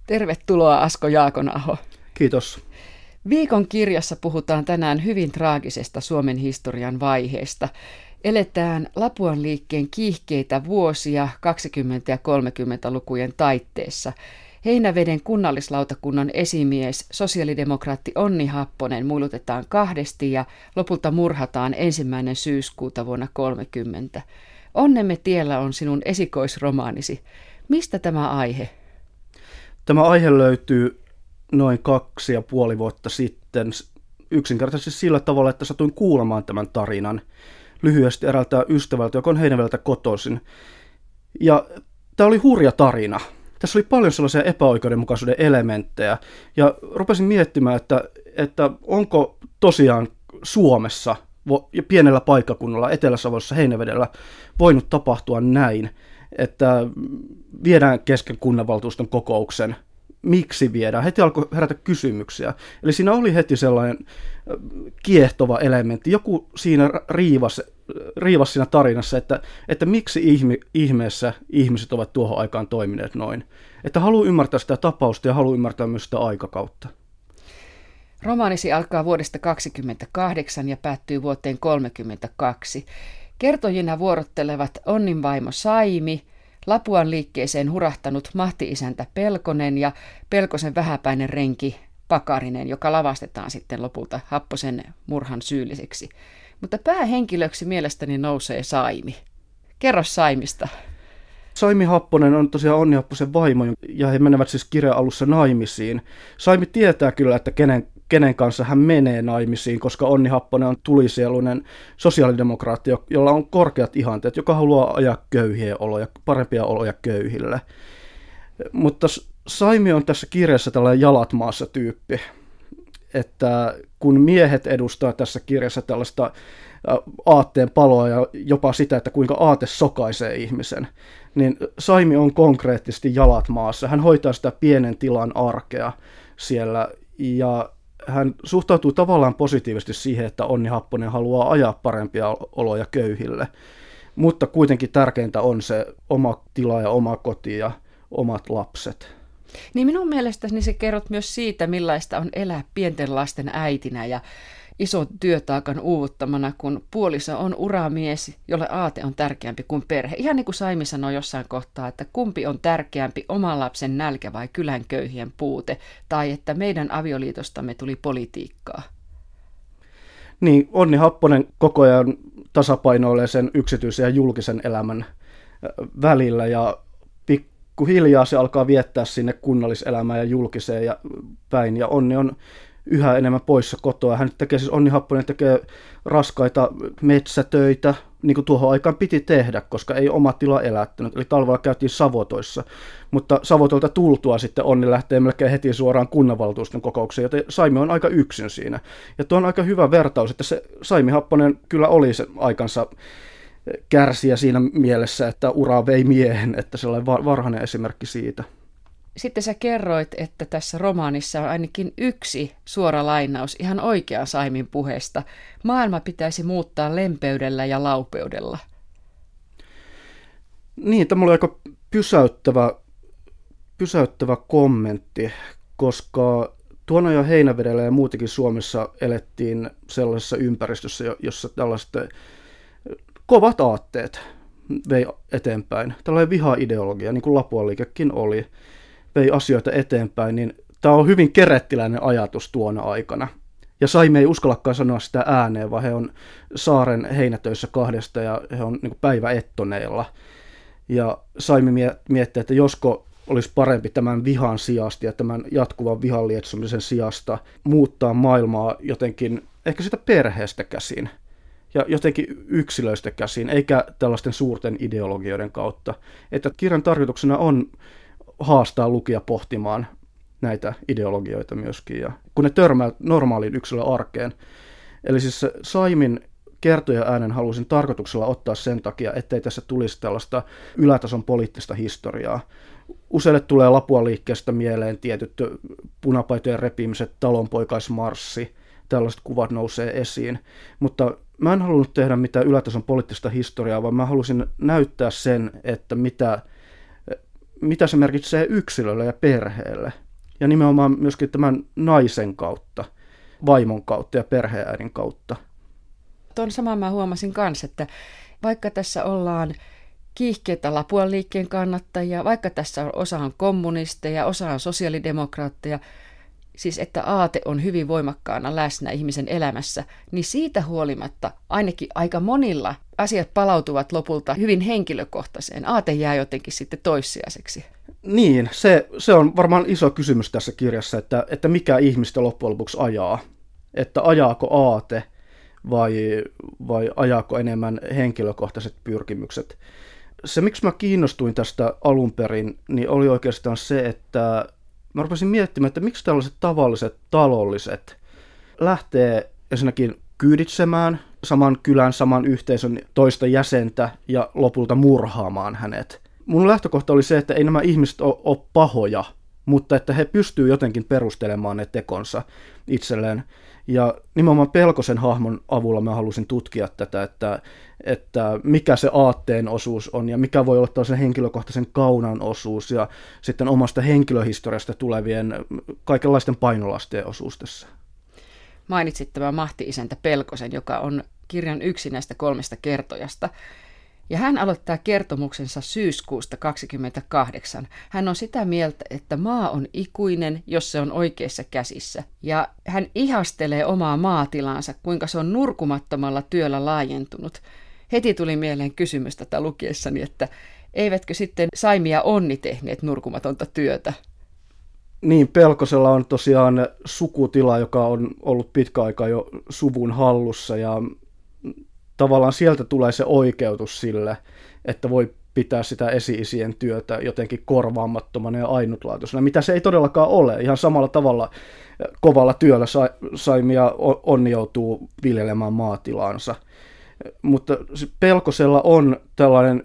Tervetuloa Asko Jaakonaho. Kiitos. Viikon kirjassa puhutaan tänään hyvin traagisesta Suomen historian vaiheesta. Eletään Lapuan liikkeen kiihkeitä vuosia 20- ja 30-lukujen taitteessa. Heinäveden kunnallislautakunnan esimies, sosiaalidemokraatti Onni Happonen muilutetaan kahdesti ja lopulta murhataan 1. syyskuuta vuonna 1930. Onnemme tiellä on sinun esikoisromaanisi. Mistä tämä aihe? Tämä aihe löytyy noin 2,5 vuotta sitten yksinkertaisesti sillä tavalla, että satuin kuulemaan tämän tarinan lyhyesti eräältä ystävältä, joka on Heinävedeltä kotoisin. Ja tämä oli hurja tarina. Tässä oli paljon sellaisia epäoikeudenmukaisuuden elementtejä, ja rupesin miettimään, että onko tosiaan Suomessa ja pienellä paikkakunnalla Etelä-Savossa Heinävedellä voinut tapahtua näin, että viedään kesken kunnanvaltuuston kokouksen. Miksi viedään? Heti alkoi herätä kysymyksiä. Eli siinä oli heti sellainen kiehtova elementti. Joku siinä riivasi siinä tarinassa, että miksi ihmeessä ihmiset ovat tuohon aikaan toimineet noin. Että haluaa ymmärtää sitä tapausta ja haluaa ymmärtää myös sitä aikakautta. Romaanisi alkaa vuodesta 1928 ja päättyy vuoteen 1932. Kertojina vuorottelevat Onnin vaimo Saimi, Lapuan liikkeeseen hurahtanut mahti-isäntä Pelkonen ja Pelkosen vähäpäinen renki Pakarinen, joka lavastetaan sitten lopulta Happosen murhan syylliseksi. Mutta päähenkilöksi mielestäni nousee Saimi. Kerro Saimista. Saimi Happonen on tosiaan Onni Happosen vaimo, ja he menevät siis kirjan alussa naimisiin. Saimi tietää kyllä, että kenen kanssa hän menee naimisiin, koska Onni Happonen on tulisieluinen sosiaalidemokraatti, jolla on korkeat ihanteet, joka haluaa ajaa köyhien oloja, parempia oloja köyhille. Mutta Saimi on tässä kirjassa tällainen jalat maassa -tyyppi, että kun miehet edustaa tässä kirjassa tällaista aatteen paloa ja jopa sitä, että kuinka aate sokaisee ihmisen, niin Saimi on konkreettisesti jalat maassa. Hän hoitaa sitä pienen tilan arkea siellä ja hän suhtautuu tavallaan positiivisesti siihen, että Onni Happonen haluaa ajaa parempia oloja köyhille, mutta kuitenkin tärkeintä on se oma tila ja oma koti ja omat lapset. Niin minun mielestäni se kerrot myös siitä, millaista on elää pienten lasten äitinä ja ison työtaakan uuvuttamana, kun puoliso on uramies, jolle aate on tärkeämpi kuin perhe. Ihan niin kuin Saimi sanoi jossain kohtaa, että kumpi on tärkeämpi, oman lapsen nälkä vai kylän köyhien puute, tai että meidän avioliitostamme tuli politiikkaa. Niin, Onni Happonen koko ajan tasapainoilee sen yksityisen ja julkisen elämän välillä, ja pikkuhiljaa se alkaa viettää sinne kunnalliselämään ja julkiseen ja päin, ja Onni on yhä enemmän poissa kotoa. Hän tekee siis, Onni Happonen tekee raskaita metsätöitä, niin kuin tuohon aikaan piti tehdä, koska ei oma tila elättänyt. Eli talvella käytiin savotoissa, mutta savotolta tultua sitten Onni lähtee melkein heti suoraan kunnanvaltuuston kokoukseen, joten Saimi on aika yksin siinä. Ja tuo on aika hyvä vertaus, että se Saimi Happonen kyllä oli se aikansa kärsijä siinä mielessä, että ura vei miehen, että sellainen varhainen esimerkki siitä. Sitten sä kerroit, että tässä romaanissa on ainakin yksi suora lainaus ihan oikea Saimin puheesta. Maailma pitäisi muuttaa lempeydellä ja laupeudella. Niin, tämä oli aika pysäyttävä kommentti, koska tuona jo Heinävedellä ja muutenkin Suomessa elettiin sellaisessa ympäristössä, jossa tällaiset kovat aatteet vei eteenpäin. Tällainen vihaideologia, niin kuin Lapuan liikekin oli, vei asioita eteenpäin, niin tämä on hyvin kerettiläinen ajatus tuona aikana. Ja Saimi ei uskallakaan sanoa sitä ääneen, vaan he on saaren heinätöissä kahdesta ja he on niin päiväettoneilla. Ja Saimi miettii, että josko olisi parempi tämän vihan sijasta ja tämän jatkuvan vihan lietsomisen sijasta muuttaa maailmaa jotenkin ehkä sitä perheestä käsin ja jotenkin yksilöistä käsin, eikä tällaisten suurten ideologioiden kautta. Että kirjan tarkoituksena on haastaa lukija pohtimaan näitä ideologioita myöskin, ja kun ne törmää normaaliin yksilön arkeen. Eli siis Saimin kertoja äänen halusin tarkoituksella ottaa sen takia, ettei tässä tulisi tällaista ylätason poliittista historiaa. Useille tulee Lapuan liikkeestä mieleen tietyt punapaitojen repimiset, talonpoikaismarssi, tällaiset kuvat nousee esiin, mutta mä en halunnut tehdä mitään ylätason poliittista historiaa, vaan mä halusin näyttää sen, että mitä se merkitsee yksilölle ja perheelle. Ja nimenomaan myöskin tämän naisen kautta, vaimon kautta ja perheenäidin kautta. Tuon saman mä huomasin kanssa, että vaikka tässä ollaan kiihkeitä Lapuan liikkeen kannattajia, vaikka tässä osa on kommunisteja, osa on sosiaalidemokraatteja, siis että aate on hyvin voimakkaana läsnä ihmisen elämässä, niin siitä huolimatta ainakin aika monilla asiat palautuvat lopulta hyvin henkilökohtaiseen. Aate jää jotenkin sitten toissijaiseksi. Niin, se on varmaan iso kysymys tässä kirjassa, että mikä ihmistä loppujen lopuksi ajaa. Että ajaako aate vai ajaako enemmän henkilökohtaiset pyrkimykset. Se, miksi mä kiinnostuin tästä alun perin, niin oli oikeastaan se, että mä rupesin miettimään, että miksi tällaiset tavalliset talolliset lähtee ensinnäkin kyyditsemään saman kylän, saman yhteisön toista jäsentä ja lopulta murhaamaan hänet. Mun lähtökohta oli se, että ei nämä ihmiset ole pahoja, mutta että he pystyvät jotenkin perustelemaan ne tekonsa itselleen. Ja nimenomaan Pelkosen hahmon avulla mä halusin tutkia tätä, että mikä se aatteen osuus on ja mikä voi olla tällaisen henkilökohtaisen kaunan osuus ja sitten omasta henkilöhistoriasta tulevien kaikenlaisten painolastien osuus tässä. Mainitsit tämä Mahti-isäntä Pelkosen, joka on kirjan yksi näistä 3 kertojasta. Ja hän aloittaa kertomuksensa syyskuusta 1928. Hän on sitä mieltä, että maa on ikuinen, jos se on oikeissa käsissä. Ja hän ihastelee omaa maatilansa, kuinka se on nurkumattomalla työllä laajentunut. Heti tuli mieleen kysymys tätä lukiessani, että eivätkö sitten Saimi ja Onni tehneet nurkumatonta työtä? Niin, Pelkosella on tosiaan sukutila, joka on ollut pitkä aika jo suvun hallussa ja tavallaan sieltä tulee se oikeutus sille, että voi pitää sitä esi-isien työtä jotenkin korvaamattomana ja ainutlaatuisena, mitä se ei todellakaan ole. Ihan samalla tavalla kovalla työllä Saimi ja Onni joutuu viljelemään maatilaansa. Mutta Pelkosella on tällainen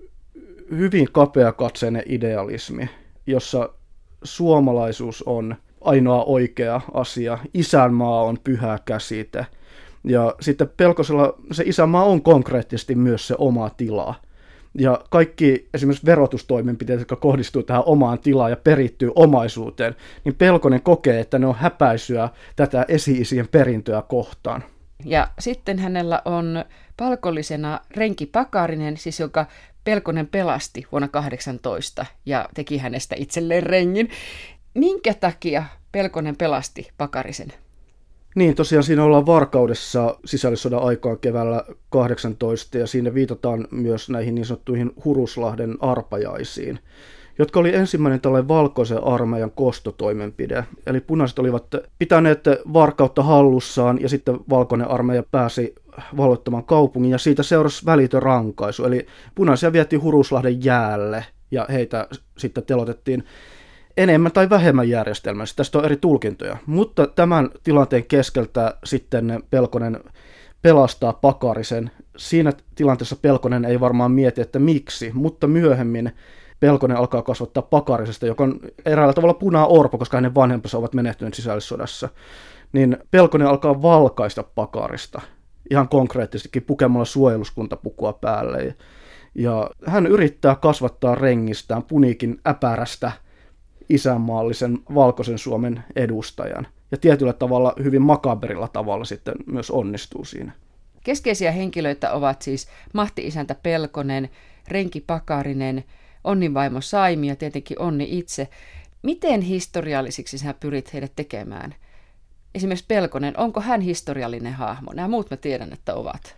hyvin kapeakatseinen idealismi, jossa suomalaisuus on ainoa oikea asia, isänmaa on pyhä käsite. Ja sitten Pelkosella se isänmaa on konkreettisesti myös se oma tila. Ja kaikki esimerkiksi verotustoimenpiteet, jotka kohdistuu tähän omaan tilaan ja perittyy omaisuuteen, niin Pelkonen kokee, että ne on häpäisyä tätä esi-isien perintöä kohtaan. Ja sitten hänellä on palkollisena renki Pakarinen, siis joka Pelkonen pelasti vuonna 18 ja teki hänestä itselleen rengin. Minkä takia Pelkonen pelasti Pakarisen? Niin, tosiaan siinä ollaan Varkaudessa sisällissodan aikaan keväällä 18 ja siinä viitataan myös näihin niin sanottuihin Huruslahden arpajaisiin, jotka oli ensimmäinen tällainen valkoisen armeijan kostotoimenpide. Eli punaiset olivat pitäneet Varkautta hallussaan ja sitten valkoinen armeija pääsi valloittamaan kaupungin ja siitä seurasi välitön rankaisu. Eli punaisia vietiin Huruslahden jäälle ja heitä sitten telotettiin enemmän tai vähemmän järjestelmässä. Tästä on eri tulkintoja, mutta tämän tilanteen keskeltä sitten Pelkonen pelastaa Pakarisen. Siinä tilanteessa Pelkonen ei varmaan mieti, että miksi, mutta myöhemmin Pelkonen alkaa kasvattaa Pakarisesta, joka on eräällä tavalla puna-orpo, koska hänen vanhempansa ovat menehtyneet sisällissodassa. Niin Pelkonen alkaa valkaista Pakarista, ihan konkreettisestikin pukemalla suojeluskuntapukua päälle. Ja hän yrittää kasvattaa rengistään puniikin äpärästä isänmaallisen valkoisen Suomen edustajan. Ja tietyllä tavalla, hyvin makaberilla tavalla sitten myös onnistuu siinä. Keskeisiä henkilöitä ovat siis Mahti-isäntä Pelkonen, renki Pakarinen, Onnin vaimo Saimi ja tietenkin Onni itse. Miten historiallisiksi sinä pyrit heidät tekemään? Esimerkiksi Pelkonen, onko hän historiallinen hahmo? Nämä muut mä tiedän, että ovat.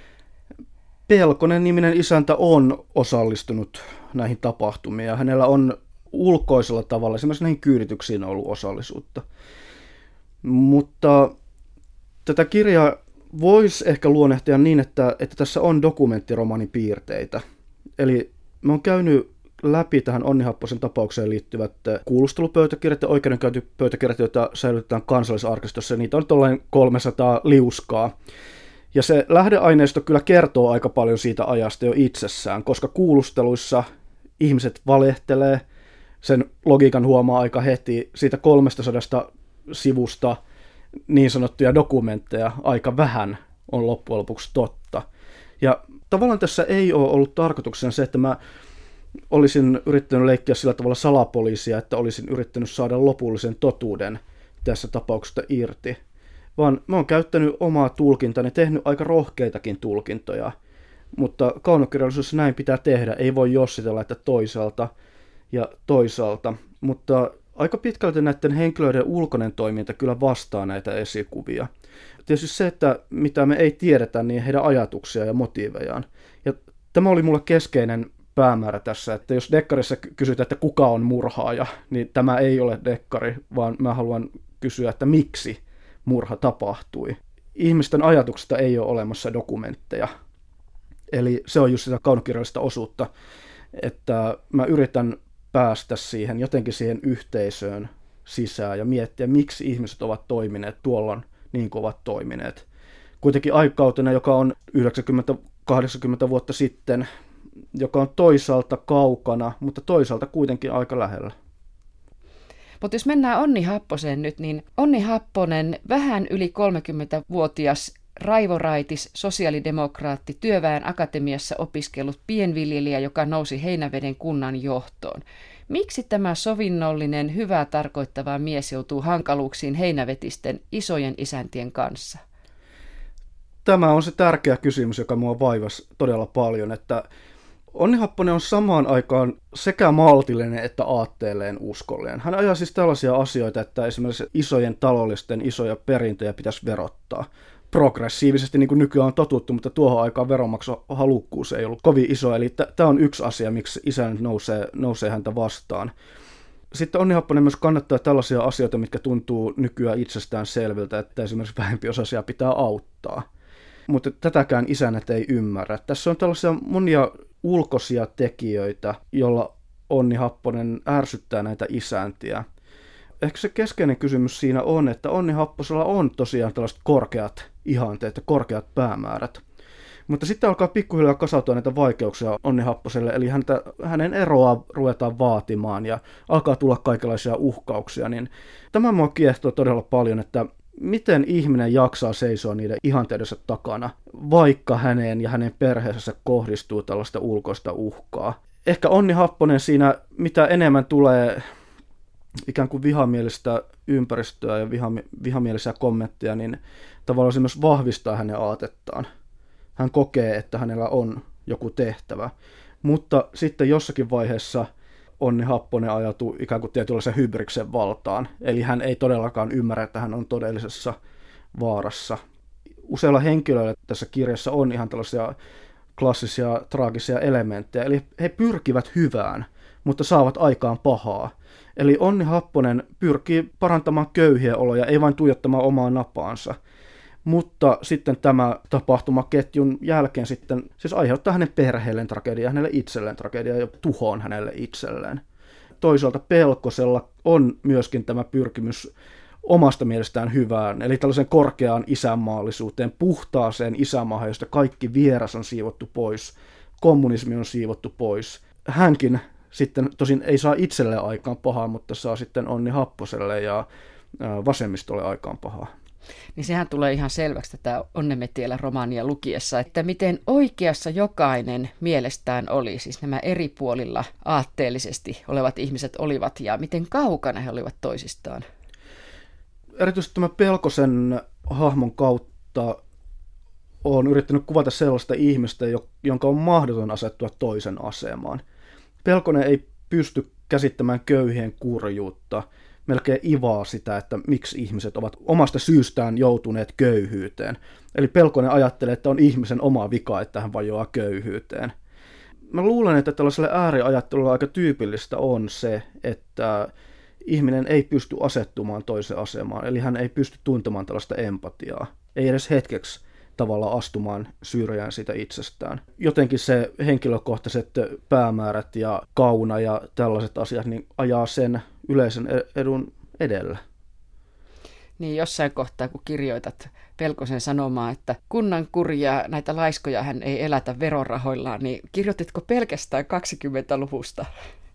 Pelkonen-niminen isäntä on osallistunut näihin tapahtumiin ja hänellä on ulkoisella tavalla esimerkiksi näihin kyydityksiin on ollut osallisuutta. Mutta tätä kirjaa voisi ehkä luonnehtia niin, että tässä on dokumenttiromaanin piirteitä. Eli mä oon käynyt läpi tähän Onni Happosen tapaukseen liittyvät kuulustelupöytäkirjat ja oikeudenkäyntipöytäkirjat, joita säilytetään Kansallisarkistossa. Niitä on tuollainen 300 liuskaa. Ja se lähdeaineisto kyllä kertoo aika paljon siitä ajasta jo itsessään, koska kuulusteluissa ihmiset valehtelee. Sen logiikan huomaa aika heti. Siitä 300 sivusta niin sanottuja dokumentteja aika vähän on loppujen lopuksi totta. Ja tavallaan tässä ei ole ollut tarkoituksena se, että mä olisin yrittänyt leikkiä sillä tavalla salapoliisia, että olisin yrittänyt saada lopullisen totuuden tässä tapauksessa irti, vaan mä oon käyttänyt omaa tulkintani, tehnyt aika rohkeitakin tulkintoja, mutta kaunokirjallisuudessa näin pitää tehdä, ei voi jossitella, että toisaalta ja toisaalta, mutta aika pitkälti näiden henkilöiden ulkoinen toiminta kyllä vastaa näitä esikuvia. Tietysti se, että mitä me ei tiedetä, niin heidän ajatuksia ja motiivejaan. Ja tämä oli mulle keskeinen päämäärä tässä, että jos dekkarissa kysytään, että kuka on murhaaja, niin tämä ei ole dekkari, vaan mä haluan kysyä, että miksi murha tapahtui. Ihmisten ajatuksista ei ole olemassa dokumentteja. Eli se on just sitä kaunokirjallista osuutta, että mä yritän päästä siihen, jotenkin siihen yhteisöön sisään ja miettiä, miksi ihmiset ovat toimineet tuolloin niin kuin ovat toimineet. Kuitenkin aikakautena, joka on 90-80 vuotta sitten, joka on toisaalta kaukana, mutta toisaalta kuitenkin aika lähellä. Mutta jos mennään Onni Happoseen nyt, niin Onni Happonen, vähän yli 30-vuotias raivoraitis, sosiaalidemokraatti, työväen akatemiassa opiskellut pienviljelijä, joka nousi Heinäveden kunnan johtoon. Miksi tämä sovinnollinen, hyvää tarkoittava mies joutuu hankaluuksiin heinävetisten isojen isäntien kanssa? Tämä on se tärkeä kysymys, joka mua vaivasi todella paljon, että Onni Happonen on samaan aikaan sekä maltillinen että aatteelleen uskollinen. Hän ajaa siis tällaisia asioita, että esimerkiksi isojen taloudellisten isoja perintöjä pitäisi verottaa progressiivisesti, niin kuin nykyään on totuttu, mutta tuohon aikaan veronmaksuhalukkuus ei ollut kovin iso. Eli tämä on yksi asia, miksi isä nyt nousee häntä vastaan. Sitten Onni Happonen myös kannattaa tällaisia asioita, mitkä tuntuu nykyään itsestään selviltä, että esimerkiksi vähempiosaisia pitää auttaa. Mutta tätäkään isänät ei ymmärrä. Tässä on tällaisia monia ulkoisia tekijöitä, joilla Onni Happonen ärsyttää näitä isäntiä. Ehkä se keskeinen kysymys siinä on, että Onni Happosella on tosiaan tällaiset korkeat ihanteet ja korkeat päämäärät. Mutta sitten alkaa pikkuhiljaa kasautua näitä vaikeuksia Onni Happoselle, eli hänen eroa ruvetaan vaatimaan ja alkaa tulla kaikenlaisia uhkauksia. Niin tämä mua kiehtoo todella paljon, että miten ihminen jaksaa seisoa niiden ihanteidensa takana, vaikka häneen ja hänen perheensä kohdistuu tällaista ulkoista uhkaa. Ehkä Onni Happonen siinä, mitä enemmän tulee ikään kuin vihamielistä ympäristöä ja vihamielisiä kommentteja, niin tavallaan se myös vahvistaa hänen aatettaan. Hän kokee, että hänellä on joku tehtävä. Mutta sitten jossakin vaiheessa Onni Happonen ajatuu ikään kuin tietynlaisen hybriksen valtaan. Eli hän ei todellakaan ymmärrä, että hän on todellisessa vaarassa. Useilla henkilöillä tässä kirjassa on ihan tällaisia klassisia traagisia elementtejä. Eli he pyrkivät hyvään, mutta saavat aikaan pahaa. Eli Onni Happonen pyrkii parantamaan köyhiä oloja, ei vain tuijottamaan omaa napaansa. Mutta sitten tämä tapahtumaketjun jälkeen sitten siis aiheuttaa hänen perheelleen tragediaa, hänelle itselleen tragediaa ja tuhoon hänelle itselleen. Toisaalta Pelkosella on myöskin tämä pyrkimys omasta mielestään hyvään, eli tällaisen korkeaan isänmaallisuuteen, puhtaaseen isänmaahan, josta kaikki vieras on siivottu pois, kommunismi on siivottu pois. Hänkin sitten tosin ei saa itselleen aikaan pahaa, mutta saa sitten Onni Happoselle ja vasemmistolle aikaan pahaa. Niin sehän tulee ihan selväksi tätä Onnemetielä romaania lukiessa, että miten oikeassa jokainen mielestään oli, siis nämä eri puolilla aatteellisesti olevat ihmiset olivat ja miten kaukana he olivat toisistaan. Erityisesti tämä Pelkosen hahmon kautta olen yrittänyt kuvata sellaista ihmistä, jonka on mahdoton asettua toisen asemaan. Pelkonen ei pysty käsittämään köyhien kurjuutta, melkein ivaa sitä, että miksi ihmiset ovat omasta syystään joutuneet köyhyyteen. Eli Pelkonen ajattelee, että on ihmisen oma vika, että hän vajoaa köyhyyteen. Mä luulen, että tällaiselle ääriajattelulle aika tyypillistä on se, että ihminen ei pysty asettumaan toisen asemaan, eli hän ei pysty tuntemaan tällaista empatiaa. Ei edes hetkeksi tavallaan astumaan syrjään sitä itsestään. Jotenkin se henkilökohtaiset päämäärät ja kauna ja tällaiset asiat niin ajaa sen yleisen edun edellä. Niin jossain kohtaa, kun kirjoitat Pelkosen sanomaan, että kunnan kurjaa näitä laiskoja hän ei elätä verorahoillaan, niin kirjoititko pelkästään 20-luvusta?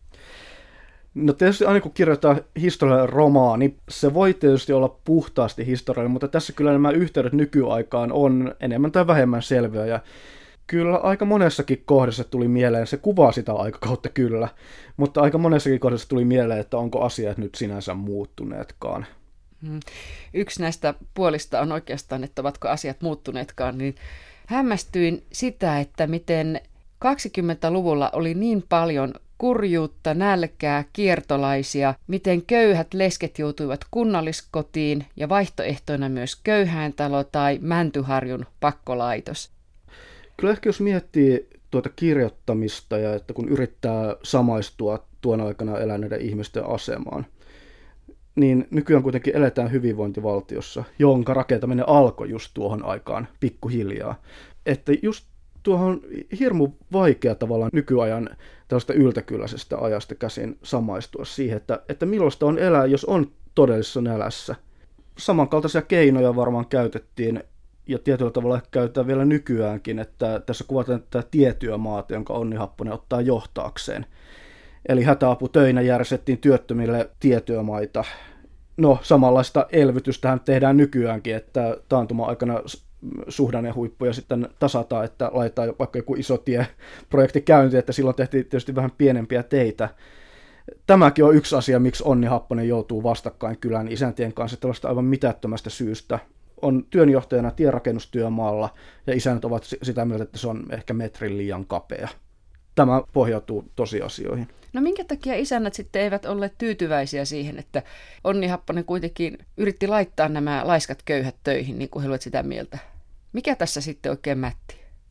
No tietysti aina kun kirjoitetaan historiallinen romaani, se voi tietysti olla puhtaasti historiallinen, mutta tässä kyllä nämä yhteydet nykyaikaan on enemmän tai vähemmän selviä. Ja Kyllä aika monessakin kohdassa tuli mieleen, se kuvaa sitä aikakautta kyllä, mutta aika monessakin kohdassa tuli mieleen, että onko asiat nyt sinänsä muuttuneetkaan. Yksi näistä puolista on oikeastaan, että ovatko asiat muuttuneetkaan, niin hämmästyin sitä, että miten 20-luvulla oli niin paljon kurjuutta, nälkää, kiertolaisia, miten köyhät lesket joutuivat kunnalliskotiin ja vaihtoehtoina myös köyhäintalo tai Mäntyharjun pakkolaitos. Kyllä ehkä jos miettii tuota kirjoittamista ja että kun yrittää samaistua tuona aikana eläneiden ihmisten asemaan, niin nykyään kuitenkin eletään hyvinvointivaltiossa, jonka rakentaminen alkoi just tuohon aikaan pikkuhiljaa. Että just tuohon hirmu vaikea tavallaan nykyajan tällaista yltäkylläisestä ajasta käsin samaistua siihen, että millaista on elää, jos on todellisessa nälässä. Samankaltaisia keinoja varmaan käytettiin ja tietyllä tavalla käytetään vielä nykyäänkin, että tässä kuvataan tätä tietyömaata, jonka Onni Happonen ottaa johtaakseen. Eli hätäaputöinä järjestettiin työttömille tietyömaita. No, samanlaista elvytystähän tehdään nykyäänkin, että taantuma-aikana suhdannehuippuja sitten tasataan, että laitetaan vaikka joku iso tieprojekti käyntiin, että silloin tehtiin tietysti vähän pienempiä teitä. Tämäkin on yksi asia, miksi Onni Happonen joutuu vastakkain kylän isäntien kanssa tällaista aivan mitättömästä syystä. On työnjohtajana tienrakennustyömaalla ja isännät ovat sitä mieltä, että se on ehkä metrin liian kapea. Tämä pohjautuu tosiasioihin. No minkä takia isännät sitten eivät olleet tyytyväisiä siihen, että Onni Happonen kuitenkin yritti laittaa nämä laiskat köyhät töihin, niin kuin he olivat sitä mieltä? Mikä tässä sitten oikein mätti?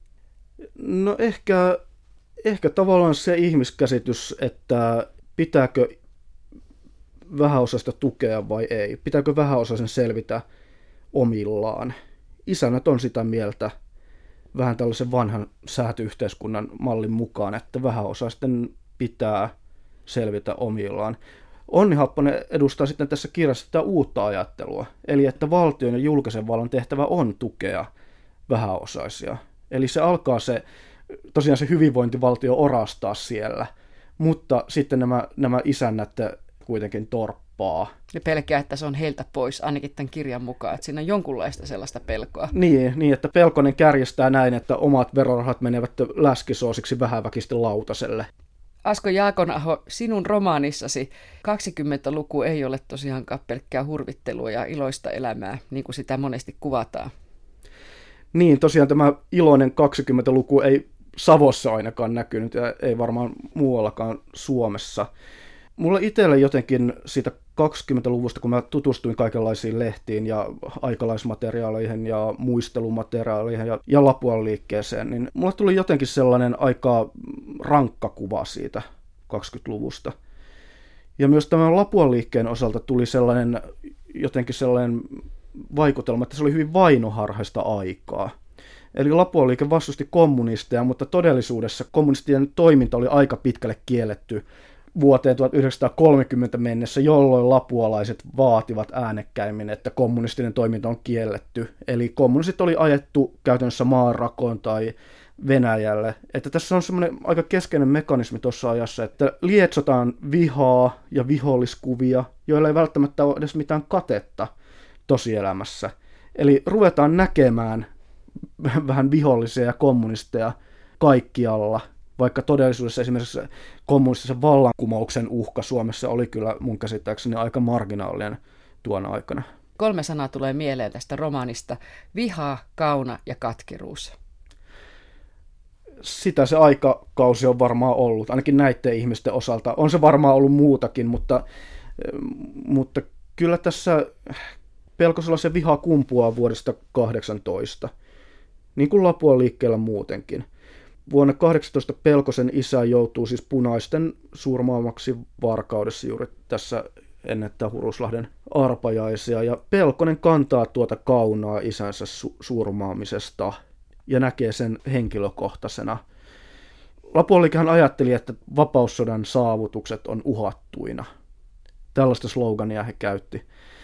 No ehkä tavallaan se ihmiskäsitys, että pitääkö vähäosaista tukea vai ei. Pitääkö vähäosaisen selvitä omillaan. Isännät on sitä mieltä vähän tällaisen vanhan sääty-yhteiskunnan mallin mukaan, että vähäosaisten pitää selvitä omillaan. Onni Happonen edustaa sitten tässä kirjassa tätä uutta ajattelua, eli että valtion ja julkisen vallan tehtävä on tukea vähäosaisia. Eli se alkaa tosiaan se hyvinvointivaltio orastaa siellä, mutta sitten nämä isännät kuitenkin torppaa. Ja pelkää, että se on heiltä pois, ainakin tämän kirjan mukaan, että siinä on jonkunlaista sellaista pelkoa. Niin, että Pelkonen kärjestää näin, että omat verorahat menevät läskisoosiksi vähäväkisten lautaselle. Asko Jaakonaho, sinun romaanissasi 20-luku ei ole tosiaankaan pelkkää hurvittelua ja iloista elämää, niin kuin sitä monesti kuvataan. Niin, tosiaan tämä iloinen 20-luku ei Savossa ainakaan näkynyt ja ei varmaan muuallakaan Suomessa. Mulla itselle jotenkin siitä 20-luvusta, kun mä tutustuin kaikenlaisiin lehtiin ja aikalaismateriaaleihin ja muistelumateriaaleihin ja Lapuan liikkeeseen, niin mulla tuli jotenkin sellainen aika rankka kuva siitä 20-luvusta. Ja myös tämän Lapuan liikkeen osalta tuli jotenkin sellainen vaikutelma, että se oli hyvin vainoharhaista aikaa. Eli Lapuan liike vastusti kommunisteja, mutta todellisuudessa kommunistien toiminta oli aika pitkälle kielletty vuoteen 1930 mennessä, jolloin lapualaiset vaativat äänekkäimmin, että kommunistinen toiminta on kielletty. Eli kommunistit oli ajettu käytännössä maanrakoon tai Venäjälle. Että tässä on semmoinen aika keskeinen mekanismi tuossa ajassa, että lietsotaan vihaa ja viholliskuvia, joilla ei välttämättä ole edes mitään katetta tosielämässä. Eli ruvetaan näkemään vähän vihollisia ja kommunisteja kaikkialla, vaikka todellisuudessa esimerkiksi kommunistisen vallankumouksen uhka Suomessa oli kyllä mun käsittääkseni aika marginaalinen tuona aikana. 3 sanaa tulee mieleen tästä romaanista: viha, kauna ja katkeruus. Sitä se aikakausi on varmaan ollut, ainakin näiden ihmisten osalta. On se varmaan ollut muutakin, mutta kyllä tässä Pelkosella se viha kumpuaa vuodesta 18, niin kuin Lapuan liikkeellä muutenkin. Vuonna 18 Pelkosen isä joutuu siis punaisten surmaamaksi Varkaudessa juuri tässä ennen Huruslahden arpajaisia, ja Pelkonen kantaa tuota kaunaa isänsä surmaamisesta ja näkee sen henkilökohtaisena. Lapuan liikehän ajatteli, että vapaussodan saavutukset on uhattuina. Tällaista slogania he käytti.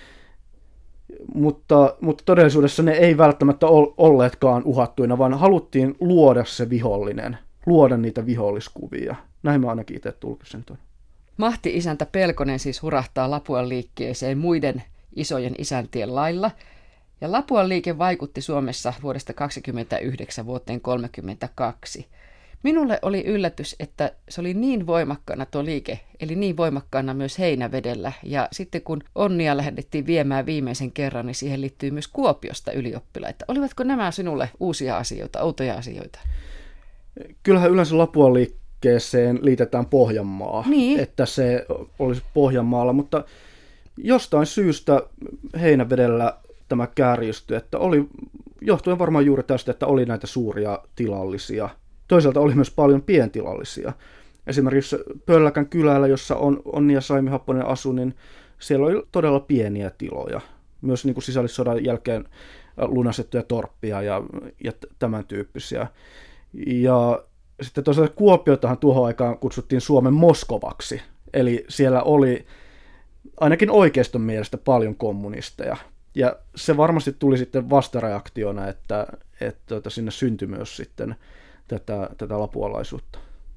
Mutta todellisuudessa ne ei välttämättä olleetkaan uhattuina, vaan haluttiin luoda se vihollinen, luoda niitä viholliskuvia. Näin mä ainakin itse tulkisin tuon. Mahti-isäntä Pelkonen siis hurahtaa Lapuan liikkeeseen muiden isojen isäntien lailla, Ja Lapuan liike vaikutti Suomessa vuodesta 1929 vuoteen 1932. Minulle oli yllätys, että se oli niin voimakkaana tuo liike, eli niin voimakkaana myös Heinävedellä. Ja sitten kun Onnia lähdettiin viemään viimeisen kerran, niin siihen liittyy myös Kuopiosta ylioppilaita. Olivatko nämä sinulle uusia asioita, outoja asioita? Kyllähän yleensä Lapuan liikkeeseen liitetään Pohjanmaa, niin, että se olisi Pohjanmaalla, mutta jostain syystä Heinävedellä tämä kärjistyi, että oli, johtuen varmaan juuri tästä, että oli näitä suuria tilallisia. Toisaalta oli myös paljon pientilallisia. Esimerkiksi Pölläkän kylällä, jossa Onni ja Saimi Happonen asui, niin siellä oli todella pieniä tiloja. Myös niin kuin sisällissodan jälkeen lunastettuja torppia ja tämän tyyppisiä. Ja sitten toisaalta Kuopiotahan tuohon aikaan kutsuttiin Suomen Moskovaksi. Eli siellä oli ainakin oikeiston mielestä paljon kommunisteja. Ja se varmasti tuli sitten vastareaktiona, että sinne syntyi myös sitten tätä lapualaisuutta.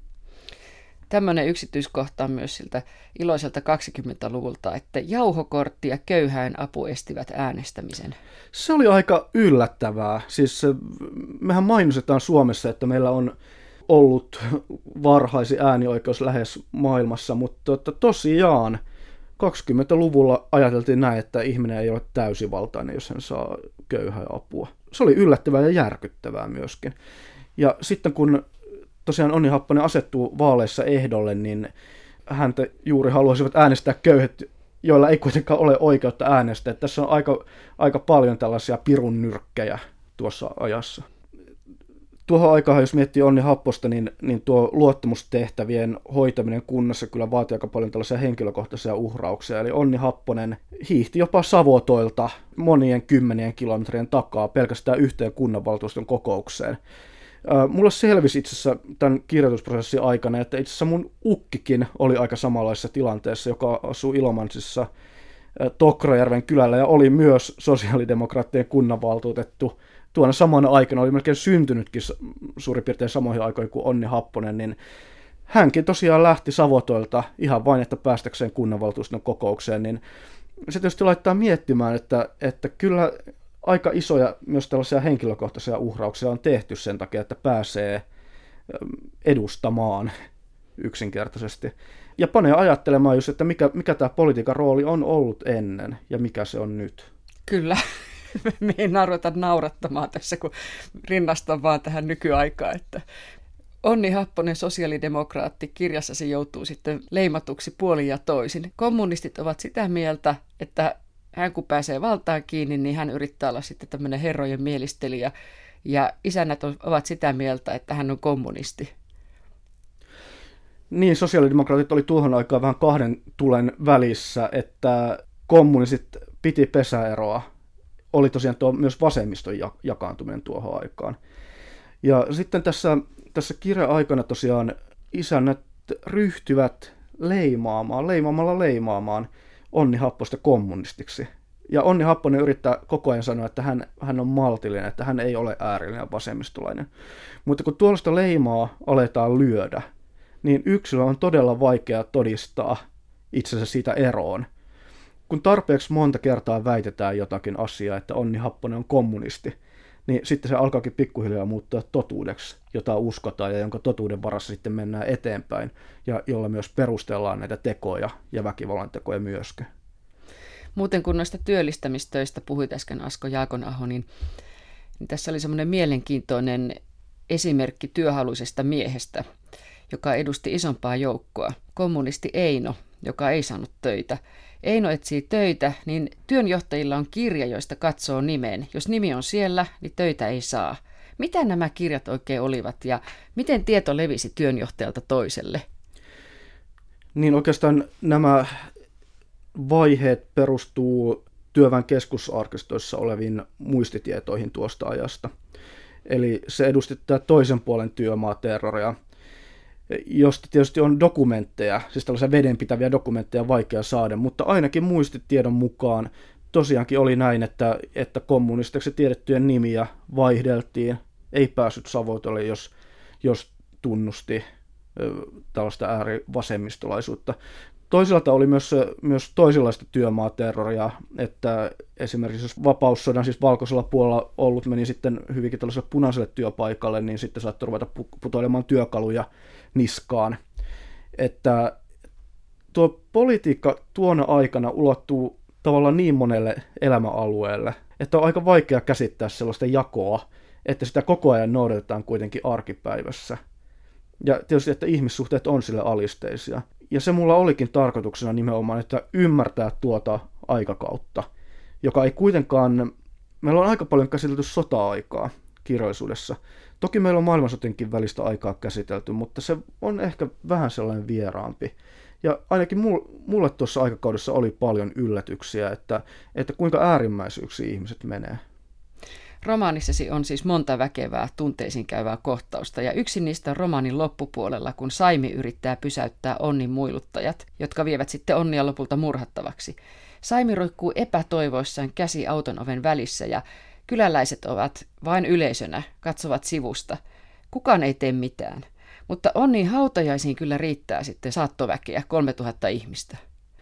Tämmöinen yksityiskohta on myös siltä iloiselta 20-luvulta, että jauhokortti ja köyhäin apu estivät äänestämisen. Se oli aika yllättävää. Siis mehän mainostetaan Suomessa, että meillä on ollut varhaisin äänioikeus lähes maailmassa, mutta tosiaan 20-luvulla ajateltiin näin, että ihminen ei ole täysivaltainen, jos hän saa köyhää apua. Se oli yllättävää ja järkyttävää myöskin. Ja sitten kun tosiaan Onni Happonen asettuu vaaleissa ehdolle, niin häntä juuri haluaisivat äänestää köyhät, joilla ei kuitenkaan ole oikeutta äänestää. Tässä on aika paljon tällaisia pirun nyrkkejä tuossa ajassa. Tuohon aikaan, jos miettii Onni Happosta, niin tuo luottamustehtävien hoitaminen kunnassa kyllä vaatii aika paljon tällaisia henkilökohtaisia uhrauksia. Eli Onni Happonen hiihti jopa Savotoilta monien 10 kilometrien takaa pelkästään yhteen kunnanvaltuuston kokoukseen. Mulla selvisi itse asiassa tämän kirjoitusprosessin aikana, että itse asiassa mun ukkikin oli aika samanlaisessa tilanteessa, joka asuu Ilomantsissa Tokrajärven kylällä ja oli myös sosiaalidemokraattien kunnanvaltuutettu. Tuona samana aikana oli melkein syntynytkin suurin piirtein samoihin aikoihin kuin Onni Happonen, niin hänkin tosiaan lähti Savotoilta ihan vain, että päästäkseen kunnanvaltuuston kokoukseen, niin se tietysti laittaa miettimään, että kyllä aika isoja myös tällaisia henkilökohtaisia uhrauksia on tehty sen takia, että pääsee edustamaan yksinkertaisesti. Ja panee ajattelemaan just, että mikä tämä politiikan rooli on ollut ennen ja mikä se on nyt. Kyllä. Me ei ruveta naurattamaan tässä, kun rinnastan vaan tähän nykyaikaan, että Onni Happonen, sosiaalidemokraatti, kirjassasi joutuu sitten leimatuksi puolin ja toisin. Kommunistit ovat sitä mieltä, että hän kun pääsee valtaan kiinni, niin hän yrittää olla sitten tämmöinen herrojen mielistelijä. Ja isännät ovat sitä mieltä, että hän on kommunisti. Niin, sosiaalidemokraatit oli tuohon aikaan vähän kahden tulen välissä, että kommunistit piti pesäeroa. Oli tosiaan myös vasemmiston jakaantuminen tuohon aikaan. Ja sitten tässä kirja-aikana tosiaan isännät ryhtyvät leimaamaan Onni Happosta kommunistiksi. Ja Onni Happonen yrittää koko ajan sanoa, että hän on maltillinen, että hän ei ole äärillinen vasemmistolainen. Mutta kun tuollaista leimaa aletaan lyödä, niin yksilö on todella vaikea todistaa itsensä siitä eroon. Kun tarpeeksi monta kertaa väitetään jotakin asiaa, että Onni Happonen on kommunisti, niin sitten se alkaakin pikkuhiljaa muuttua totuudeksi, jota uskotaan ja jonka totuuden varassa sitten mennään eteenpäin, ja jolla myös perustellaan näitä tekoja ja väkivallan tekoja myöskin. Muuten kun noista työllistämistöistä puhuit äsken Asko Jaakonaho, niin tässä oli semmoinen mielenkiintoinen esimerkki työhaluisesta miehestä, joka edusti isompaa joukkoa. Kommunisti Eino, joka ei saanut töitä. Eino etsii töitä, niin työnjohtajilla on kirja, joista katsoo nimeen. Jos nimi on siellä, niin töitä ei saa. Mitä nämä kirjat oikein olivat ja miten tieto levisi työnjohtajalta toiselle? Niin oikeastaan nämä vaiheet perustuu Työväen keskusarkistoissa oleviin muistitietoihin tuosta ajasta. Eli se edusti tätä toisen puolen työmaaterroria, josta tietysti on dokumentteja, siis tällaisia vedenpitäviä dokumentteja vaikea saada, mutta ainakin muistitiedon mukaan tosiaankin oli näin, että kommunistiksi tiedettyjen nimiä vaihdeltiin, ei päässyt Savotolle, jos tunnusti tällaista äärivasemmistolaisuutta. Toisaalta oli myös toisenlaista työmaaterroria, että esimerkiksi jos vapaussodan, siis valkoisella puolella ollut, meni sitten hyvinkin tällaiselle punaiselle työpaikalle, niin sitten saattoi ruveta putoilemaan työkaluja niskaan. Että tuo politiikka tuona aikana ulottuu tavallaan niin monelle elämäalueelle, että on aika vaikea käsittää sellaista jakoa, että sitä koko ajan noudatetaan kuitenkin arkipäivässä. Ja tietysti, että ihmissuhteet on sille alisteisia. Ja se mulla olikin tarkoituksena nimenomaan, että ymmärtää tuota aikakautta, joka ei kuitenkaan, meillä on aika paljon käsitelty sota-aikaa kirjallisuudessa. Toki meillä on maailmansotienkin välistä aikaa käsitelty, mutta se on ehkä vähän sellainen vieraampi. Ja ainakin mulle tuossa aikakaudessa oli paljon yllätyksiä, että kuinka äärimmäisyyksiin ihmiset menee. Romaanissasi on siis monta väkevää tunteisiin käyvää kohtausta, ja yksi niistä on romaanin loppupuolella, kun Saimi yrittää pysäyttää Onnin muiluttajat, jotka vievät sitten Onnia lopulta murhattavaksi. Saimi roikkuu epätoivoissaan käsi auton oven välissä, ja kyläläiset ovat vain yleisönä, katsovat sivusta. Kukaan ei tee mitään, mutta Onnin hautajaisiin kyllä riittää sitten saattoväkeä, 3000 ihmistä.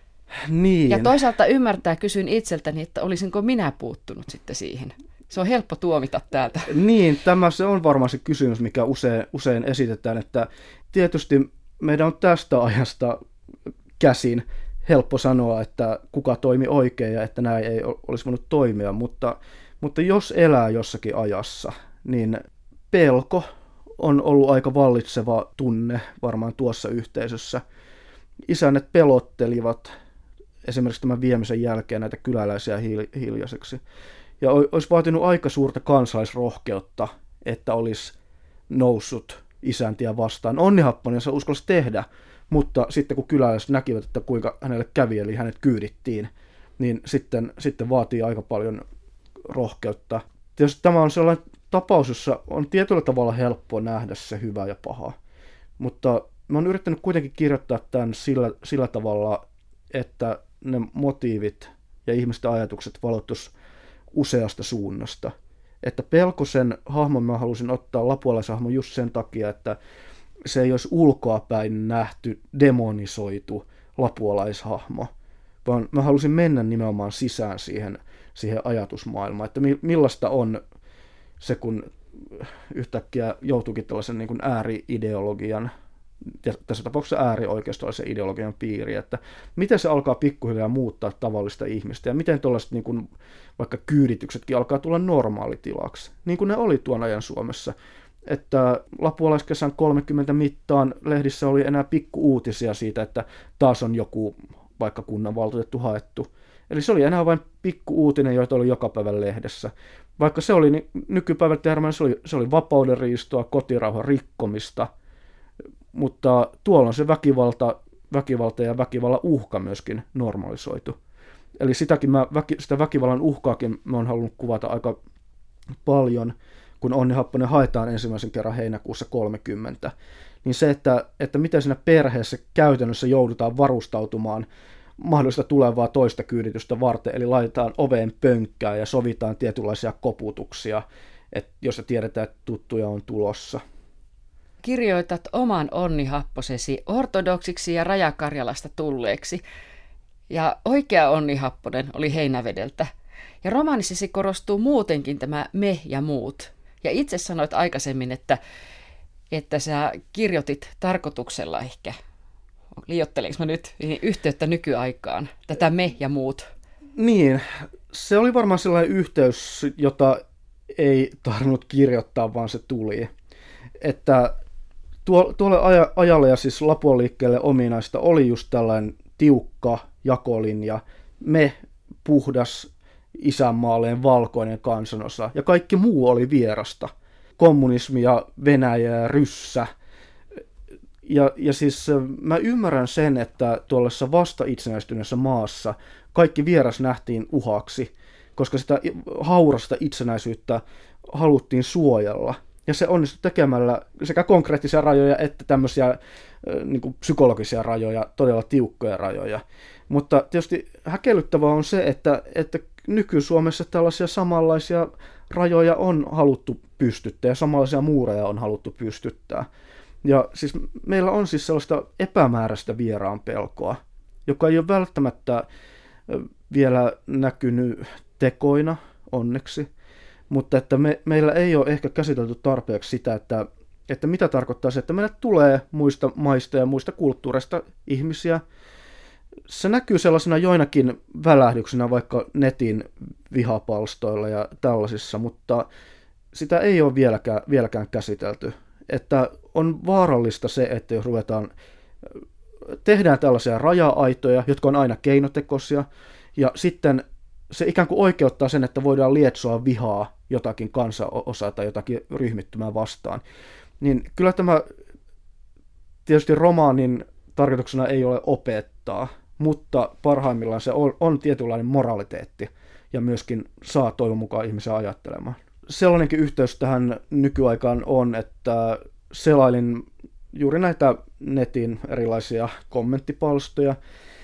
Niin. Ja toisaalta kysyn itseltäni, että olisinko minä puuttunut sitten siihen. Se on helppo tuomita täältä. Niin, se on varmaan se kysymys, mikä usein esitetään, että tietysti meidän on tästä ajasta käsin helppo sanoa, että kuka toimi oikein ja että näin ei olisi voinut toimia, mutta jos elää jossakin ajassa, niin pelko on ollut aika vallitseva tunne varmaan tuossa yhteisössä. Isännät pelottelivat esimerkiksi tämän viemisen jälkeen näitä kyläläisiä hiljaiseksi. Ja olisi vaatinut aika suurta kansalaisrohkeutta, että olisi noussut isäntiä vastaan. Onni Happonen se uskalsi tehdä, mutta sitten kun kyläläiset näkivät, että kuinka hänelle kävi, eli hänet kyydittiin, niin sitten vaatii aika paljon rohkeutta. Tietysti tämä on sellainen tapaus, jossa on tietyllä tavalla helppo nähdä se hyvä ja paha, mutta mä oon yrittänyt kuitenkin kirjoittaa tämän sillä tavalla, että ne motiivit ja ihmisten ajatukset valottuisi useasta suunnasta. Että Pelkosen hahmon mä halusin ottaa lapualaishahmon just sen takia, että se ei olisi ulkoapäin nähty, demonisoitu lapualaishahmo, vaan mä halusin mennä nimenomaan sisään siihen ajatusmaailmaan, että millaista on se, kun yhtäkkiä joutuukin tällaisen niin kuin ääri-ideologian, tässä tapauksessa äärioikeistolaisen ideologian piiriin, että miten se alkaa pikkuhiljaa muuttaa tavallista ihmistä ja miten tällaiset niin kuin vaikka kyydityksetkin alkaa tulla normaalitilaksi, niin kuin ne oli tuon ajan Suomessa. Että lapualaiskesän 30 mittaan lehdissä oli enää pikku-uutisia siitä, että taas on joku vaikka kunnanvaltuutettu haettu. Eli se oli enää vain pikku-uutinen, joita oli joka päivän lehdessä. Vaikka se oli nykypäivän termein, se oli vapaudenriistoa, kotirauhan rikkomista, mutta tuolla on se väkivalta ja väkivallan uhka myöskin normalisoitu. Eli sitä väkivallan uhkaakin mä oon halunnut kuvata aika paljon, kun Onni Happonen haetaan ensimmäisen kerran heinäkuussa 30, niin se, että miten siinä perheessä käytännössä joudutaan varustautumaan mahdollista tulevaa toista kyyditystä varten, eli laitetaan oveen pönkkää ja sovitaan tietynlaisia koputuksia, joista tiedetään, että tuttuja on tulossa. Kirjoitat oman Onni Happosesi ortodoksiksi ja Rajakarjalasta tulleeksi, ja oikea Onni Happonen oli Heinävedeltä. Ja romaanissasi korostuu muutenkin tämä me ja muut. Ja itse sanoit aikaisemmin, että sä kirjoitit tarkoituksella ehkä, liioittelenko mä nyt, yhteyttä nykyaikaan, tätä me ja muut. Niin, se oli varmaan sellainen yhteys, jota ei tarvinnut kirjoittaa, vaan se tuli. Että tuolle ajalle ja siis Lapuan liikkeelle ominaista oli just tällainen tiukka jakolinja, me puhdas isänmaalleen valkoinen kansanosa, ja kaikki muu oli vierasta. Kommunismi ja Venäjä ja ryssä. Ja siis mä ymmärrän sen, että tuollaisessa vasta itsenäistyneessä maassa kaikki vieras nähtiin uhaksi, koska sitä haurasta itsenäisyyttä haluttiin suojella. Ja se onnistui tekemällä sekä konkreettisia rajoja että tämmöisiä niin kuin psykologisia rajoja, todella tiukkoja rajoja. Mutta tietysti häkellyttävää on se, että nyky-Suomessa tällaisia samanlaisia rajoja on haluttu pystyttää ja samanlaisia muureja on haluttu pystyttää. Ja siis meillä on siis sellaista epämääräistä vieraan pelkoa, joka ei ole välttämättä vielä näkynyt tekoina, onneksi, mutta että meillä ei ole ehkä käsitelty tarpeeksi sitä, että mitä tarkoittaa se, että meille tulee muista maista ja muista kulttuureista ihmisiä. Se näkyy sellaisena joinakin välähdyksinä vaikka netin vihapalstoilla ja tällaisissa, mutta sitä ei ole vieläkään käsitelty. Että on vaarallista se, että jos tehdään tällaisia raja-aitoja, jotka on aina keinotekoisia, ja sitten se ikään kuin oikeuttaa sen, että voidaan lietsoa vihaa jotakin kansanosaa tai jotakin ryhmittymää vastaan. Niin kyllä tämä tietysti romaanin tarkoituksena ei ole opettaa, mutta parhaimmillaan se on tietynlainen moraliteetti ja myöskin saa toivon mukaan ihmisiä ajattelemaan. Sellainenkin yhteys tähän nykyaikaan on, että selailin juuri näitä netin erilaisia kommenttipalstoja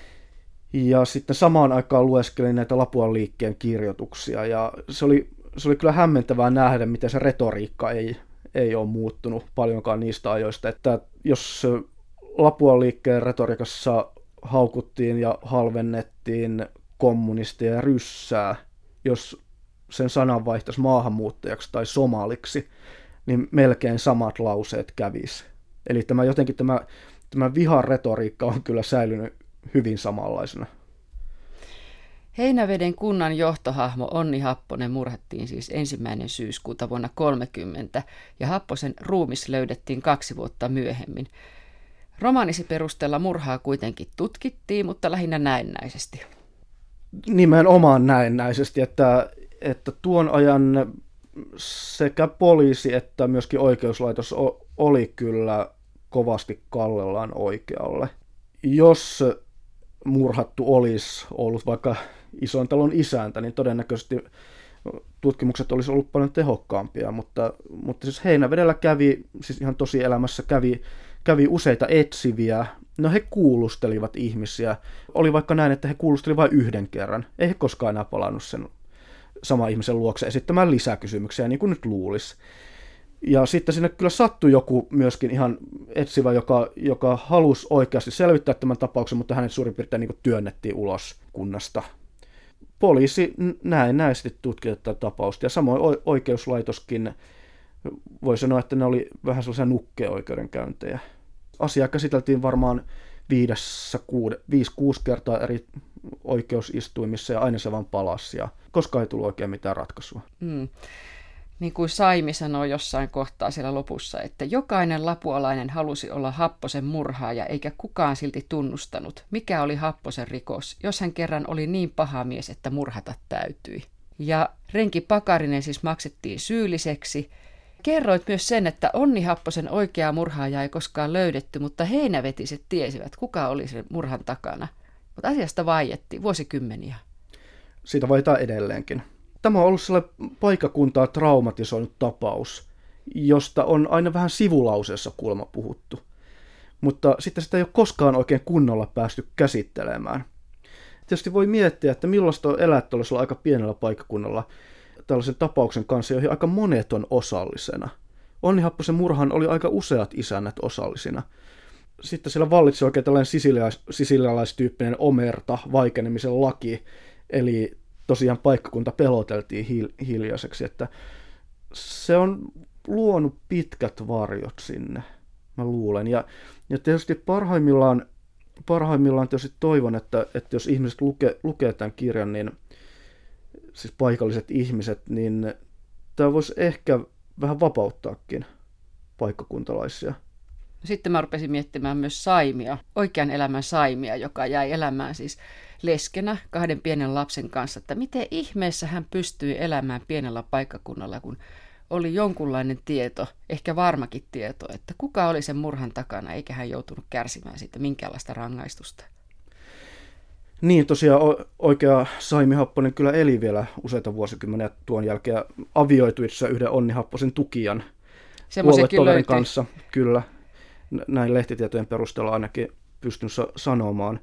ja sitten samaan aikaan lueskelin näitä Lapuan liikkeen kirjoituksia ja se oli kyllä hämmentävää nähdä, miten se retoriikka ei ole muuttunut paljonkaan niistä ajoista, että jos Lapuan liikkeen retoriikassa haukuttiin ja halvennettiin kommunisteja ja ryssää, jos sen sanan vaihtaisi maahanmuuttajaksi tai somaliksi, niin melkein samat lauseet kävisi. Eli tämä vihan retoriikka on kyllä säilynyt hyvin samanlaisena. Heinäveden kunnan johtohahmo Onni Happonen murhattiin siis 1. syyskuuta vuonna 1930 ja Happosen ruumis löydettiin 2 vuotta myöhemmin. Romaanisi perusteella murhaa kuitenkin tutkittiin, mutta lähinnä näennäisesti. Nimenomaan näennäisesti, että tuon ajan sekä poliisi että myöskin oikeuslaitos oli kyllä kovasti kallellaan oikealle. Jos murhattu olisi ollut vaikka ison talon isäntä, niin todennäköisesti tutkimukset olisi ollut paljon tehokkaampia, mutta siis Heinävedellä siis ihan tosielämässä kävi useita etsiviä. No he kuulustelivat ihmisiä. Oli vaikka näin, että he kuulustelivat vain 1 kerran. Ei he koskaan enää palannut sen saman ihmisen luokse esittämään lisäkysymyksiä, niin kuin nyt luulisi. Ja sitten sinne kyllä sattui joku myöskin ihan etsivä, joka halusi oikeasti selvittää tämän tapauksen, mutta hänet suurin piirtein niin kuin työnnettiin ulos kunnasta. Poliisi näennäisesti tutki tätä tapausta, ja samoin oikeuslaitoskin voi sanoa, että ne oli vähän sellaisia nukkeoikeudenkäyntejä. Asiaa käsiteltiin varmaan 5-6 kertaa eri oikeusistuimissa, ja aina se vaan palasi, ja koskaan ei tullut oikein mitään ratkaisua. Niin kuin Saimi sanoi jossain kohtaa siellä lopussa, että jokainen lapualainen halusi olla Happosen murhaaja, eikä kukaan silti tunnustanut, mikä oli Happosen rikos, jos hän kerran oli niin paha mies, että murhata täytyi. Ja renki Pakarinen siis maksettiin syylliseksi. Kerroit myös sen, että Onni Happosen oikeaa murhaajaa ei koskaan löydetty, mutta heinävetiset tiesivät, kuka oli sen murhan takana. Mutta asiasta vaiettiin vuosikymmeniä. Siitä vaietaan edelleenkin. Tämä on ollut sellainen paikkakuntaa traumatisoinut tapaus, josta on aina vähän sivulauseessa kuulemma puhuttu. Mutta sitten sitä ei ole koskaan oikein kunnolla päästy käsittelemään. Tietysti voi miettiä, että millaista on elää tuollaisella aika pienellä paikkakunnalla tällaisen tapauksen kanssa, joihin aika monet on osallisena. Onni Happosen murhaan oli aika useat isännät osallisina. Sitten siellä vallitsi oikein tällainen sisilialaistyyppinen omerta, vaikenemisen laki, eli tosiaan paikkakunta peloteltiin hiljaiseksi, että se on luonut pitkät varjot sinne, mä luulen. Ja tietysti parhaimmillaan tietysti toivon, että jos ihmiset lukee tämän kirjan, niin siis paikalliset ihmiset, niin tämä voisi ehkä vähän vapauttaakin paikkakuntalaisia. Sitten mä rupesin miettimään myös Saimia, oikean elämän Saimia, joka jäi elämään siis leskenä 2 pienen lapsen kanssa, että miten ihmeessä hän pystyi elämään pienellä paikkakunnalla, kun oli jonkunlainen tieto, ehkä varmakin tieto, että kuka oli sen murhan takana, eikä hän joutunut kärsimään siitä minkäänlaista rangaistusta. Niin, tosiaan oikea Saimi Happonen kyllä eli vielä useita vuosikymmeniä tuon jälkeen avioituissa yhden Onni Happosen tukijan puoluetoverin kanssa. Kyllä, näin lehtitietojen perusteella ainakin pystyn sanomaan.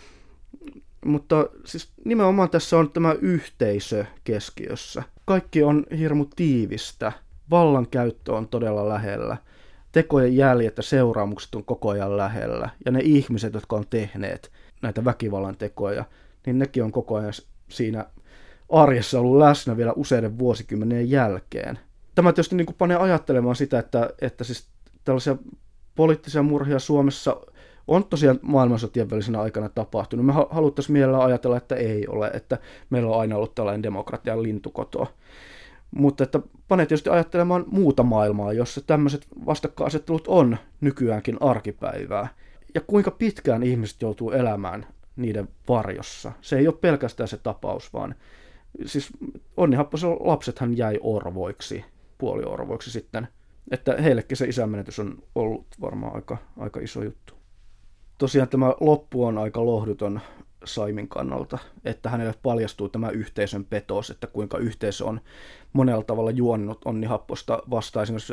Mutta siis nimenomaan tässä on tämä yhteisö keskiössä. Kaikki on hirmu tiivistä. Vallankäyttö on todella lähellä. Tekojen jäljet ja seuraamukset on koko ajan lähellä. Ja ne ihmiset, jotka on tehneet näitä väkivallan tekoja, niin nekin on koko ajan siinä arjessa ollut läsnä vielä useiden vuosikymmenien jälkeen. Tämä tietysti niin kuin panee ajattelemaan sitä, että siis tällaisia poliittisia murhia Suomessa on tosiaan maailmansotien välisenä aikana tapahtunut. Me haluttaisiin mielellään ajatella, että ei ole, että meillä on aina ollut tällainen demokratian lintukoto. Mutta että panee tietysti ajattelemaan muuta maailmaa, jossa tämmöiset vastakkainasettelut on nykyäänkin arkipäivää. Ja kuinka pitkään ihmiset joutuu elämään niiden varjossa. Se ei ole pelkästään se tapaus, vaan siis Onni Happosen lapsethan jäi orvoiksi, puoliorvoiksi sitten. Että heillekin se isänmenetys on ollut varmaan aika iso juttu. Tosiaan tämä loppu on aika lohduton Saimin kannalta, että hänelle paljastuu tämä yhteisön petos, että kuinka yhteisö on monella tavalla juonnut Onni Happosta vastaan esimerkiksi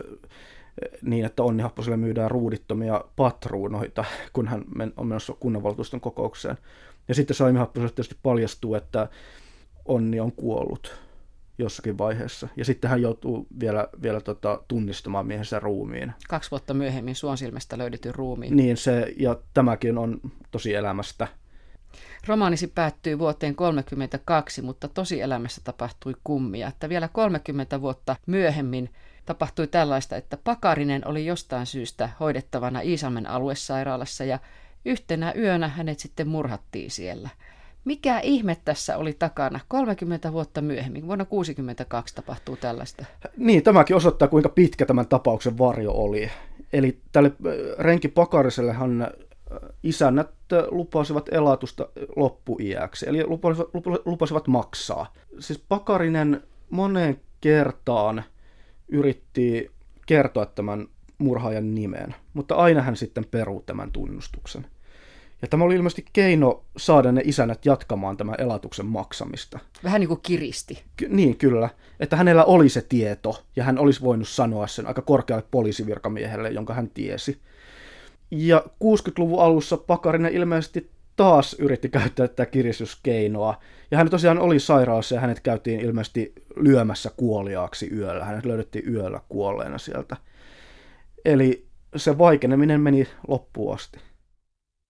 niin, että Onni Happoselle myydään ruudittomia patruunoita, kun hän on menossa kunnanvaltuuston kokoukseen. Ja sitten Saimi Happoselle tietysti paljastuu, että Onni on kuollut jossakin vaiheessa. Ja sitten hän joutuu vielä tunnistamaan miehensä ruumiin. 2 vuotta myöhemmin Suonsilmästä löydetyn ruumiin. Niin se, ja tämäkin on tosi elämästä. Romaanisi päättyy vuoteen 1932, mutta tosielämässä tapahtui kummia. Että vielä 30 vuotta myöhemmin tapahtui tällaista, että Pakarinen oli jostain syystä hoidettavana Iisalmen aluesairaalassa ja yhtenä yönä hänet sitten murhattiin siellä. Mikä ihme tässä oli takana? 30 vuotta myöhemmin, vuonna 1962 tapahtuu tällaista. Niin, tämäkin osoittaa, kuinka pitkä tämän tapauksen varjo oli. Eli tälle renki Pakarisellehan isännät lupasivat elatusta loppuiäksi, eli lupasivat maksaa. Siis Pakarinen moneen kertaan yritti kertoa tämän murhaajan nimen, mutta aina hän sitten peruu tämän tunnustuksen. Ja tämä oli ilmeisesti keino saada ne isännät jatkamaan tämän elatuksen maksamista. Vähän niin kuin kiristi. Niin, kyllä. Että hänellä oli se tieto, ja hän olisi voinut sanoa sen aika korkealle poliisivirkamiehelle, jonka hän tiesi. Ja 60-luvun alussa Pakarinen ilmeisesti taas yritti käyttää tätä kiristyskeinoa. Ja hän tosiaan oli sairaalassa ja hänet käytiin ilmeisesti lyömässä kuoliaaksi yöllä. Hänet löydettiin yöllä kuolleena sieltä. Eli se vaikeneminen meni loppuun asti.